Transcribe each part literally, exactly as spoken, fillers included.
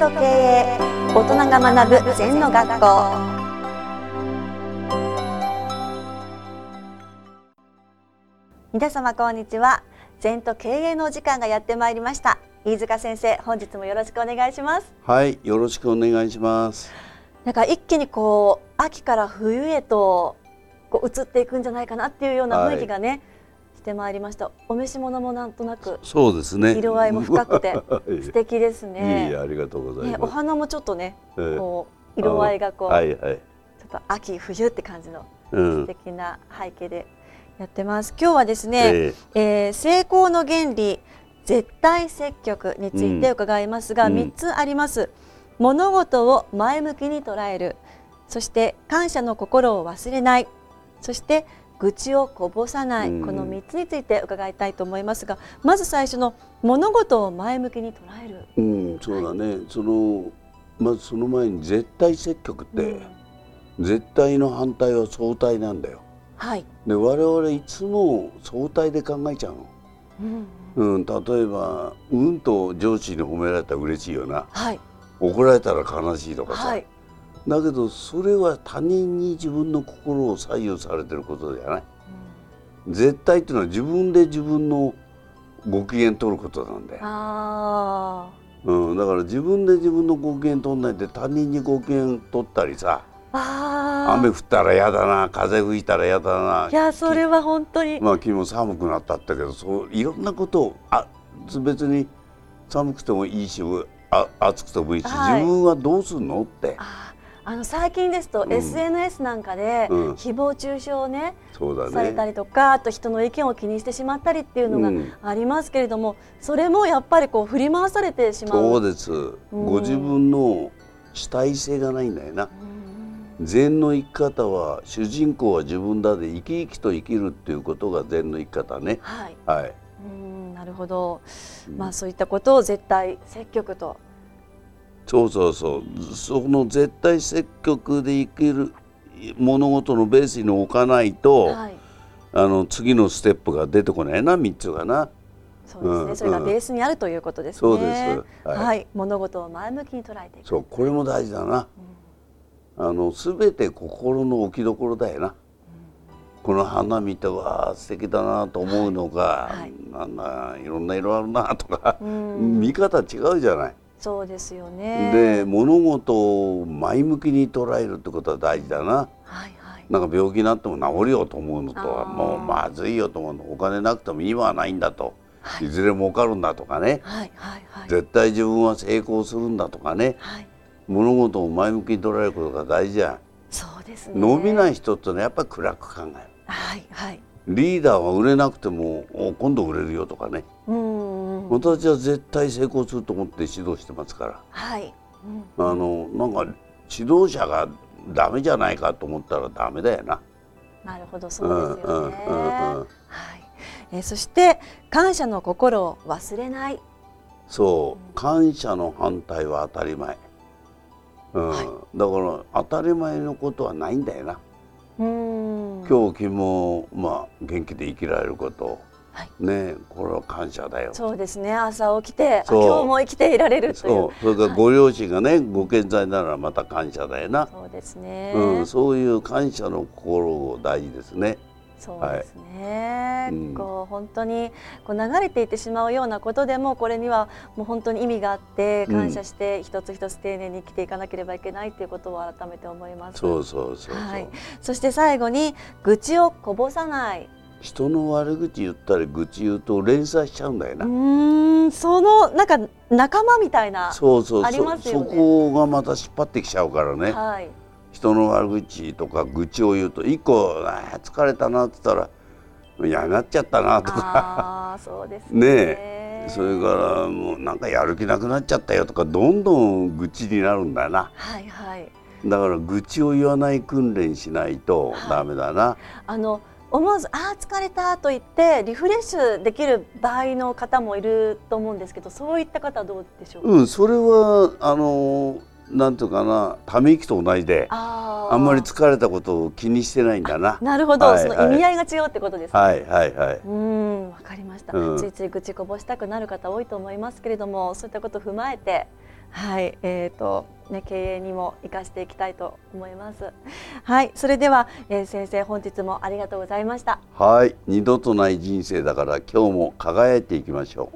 と経営、大人が学ぶ禅の学校。皆様こんにちは。禅と経営のお時間がやってまいりました。飯塚先生、本日もよろしくお願いします。 はい、よろしくお願いします。 なんか一気にこう秋から冬へとこう移っていくんじゃないかなっていうような雰囲気がね、はい、してまいりました。お召し物もなんとなくそうですね、 色合いも深くて素敵ですね。 いい、ありがとうございます。 ね、お花もちょっとね、えー、こう色合いがこう、はいはい、ちょっと秋冬って感じの素敵な背景でやってます。今日はですね、えーえー、成功の原理絶対積極について伺いますが、うん、みっつあります。物事を前向きに捉える、そして感謝の心を忘れない、そして愚痴をこぼさない、うん、このみっつについて伺いたいと思いますが、まず最初の物事を前向きに捉える、 うん、そうだね、はい、そのまずその前に絶対積極って、うん、絶対の反対は相対なんだよ、はい、で我々いつも相対で考えちゃうの、うんうん、例えばうんと上司に褒められたら嬉しいよな、はい、怒られたら悲しいとかさ、はい、だけどそれは他人に自分の心を左右されてることじゃない、うん、絶対っていうのは自分で自分のご機嫌取ることなんだよ。あ、うん、だから自分で自分のご機嫌取んないで他人にご機嫌取ったりさ、あ、雨降ったら嫌だな、風吹いたら嫌だな、 いやそれは本当に、 まあ昨日寒くなったったけど、そういろんなことを、あ、別に寒くてもいいしあ暑くてもいいし、はい、自分はどうすんのって。 ああの最近ですと、うん、エスエヌエス なんかで、うん、誹謗中傷をね、そうだね、されたりとか、あと人の意見を気にしてしまったりっていうのがありますけれども、うん、それもやっぱりこう振り回されてしまう。 そうです、うん、ご自分の主体性がないんだよな、うん、禅の生き方は主人公は自分だで生き生きと生きるっていうことが禅の生き方ね。はい、はい、 うん、なるほど、まあそういったことを絶対積極と、 そうそうそう、その絶対積極で生きる物事のベースに置かないと、はい、あの次のステップが出てこないな、みっつがな。 そうですね、うん、それがベースにあるということですね。そうです、はいはい、物事を前向きに捉えていく。 そう、これも大事だな、うん、あの全て心の置きどころだよな、うん、この花見てわー素敵だなと思うのが、はいはい、なんだいろんな色あるなとか、うん、見方違うじゃない。 そうですよね。 で、物事を前向きに捉えるってことは大事だな、はいはい、なんか病気になっても治るよと思うのとはもうまずいよと思うの、お金なくても今はないんだと、はい、いずれ儲かるんだとかね、はいはいはい、絶対自分は成功するんだとかね、はい、物事を前向きに捉えることが大事じゃん。そうですね。伸びない人ってのはやっぱり暗く考える、はいはい、リーダーは売れなくても今度売れるよとかね、うん、私は絶対成功すると思って指導してますから、はい、うん、あのなんか指導者がダメじゃないかと思ったらダメだよな。 なるほど、そうですよね。えー、そして感謝の心を忘れない。 そう、感謝の反対は当たり前、うん、はい、だから当たり前のことはないんだよな。うん、今日君も、まあ、元気で生きられること、はい、ね、これは感謝だよ。 そうですね、朝起きて今日も生きていられるという、 そう、それからご両親がね、はい、ご健在ならまた感謝だよな。 そうですね、 うん、そういう感謝の心を大事ですね。 そうですね、はい、うん、こう本当にこう流れていってしまうようなことでもこれにはもう本当に意味があって感謝して一つ一つ丁寧に生きていかなければいけないということを改めて思います。 そうそうそうそう、 はい、そして最後に愚痴をこぼさない。 人の悪口言ったり愚痴言うと連鎖しちゃうんだよな。 うーん、そのなんか仲間みたいな、 そうそうそう、 ありますよね。 そこがまた引っ張ってきちゃうからね、はい、人の悪口とか愚痴を言うと一個あ疲れたなって言ったら嫌になっちゃったなとか、 あそうです ね, ね、それからもうなんかやる気なくなっちゃったよとかどんどん愚痴になるんだよな、はいはい、だから愚痴を言わない訓練しないとダメだな、はい、あの思わずあー疲れたと言ってリフレッシュできる場合の方もいると思うんですけど、そういった方はどうでしょうか。 うん、それはあのなんていうかな、ため息と同じで あ, あんまり疲れたことを気にしてないんだな。 なるほど、はいはい、その意味合いが違うってことですね。 はいはいはい。 うん、わかりました、うん、ついつい愚痴こぼしたくなる方多いと思いますけれども、そういったことを踏まえて、 はい、えーとね、経営にも生かしていきたいと思います。はい、それでは、えー、先生本日もありがとうございました。 はい、二度とない人生だから今日も輝いていきましょう。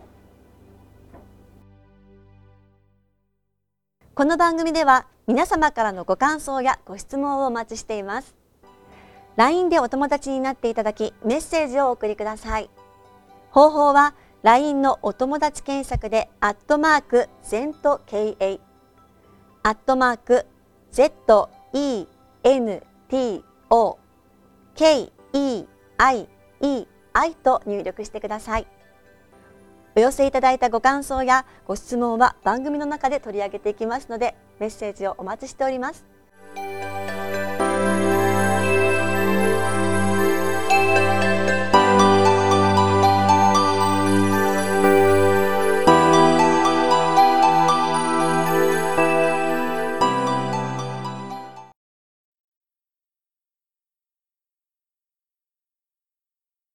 この番組では皆様からのご感想やご質問をお待ちしています。ライン でお友達になっていただきメッセージをお送りください。方法は ライン のお友達検索でアットマーク ゼント ケーエー アットマーク ゼット イー エヌ ティー オー ケー イー アイ イー アイ と入力してください。お寄せいただいたご感想やご質問は番組の中で取り上げていきますので、メッセージをお待ちしております。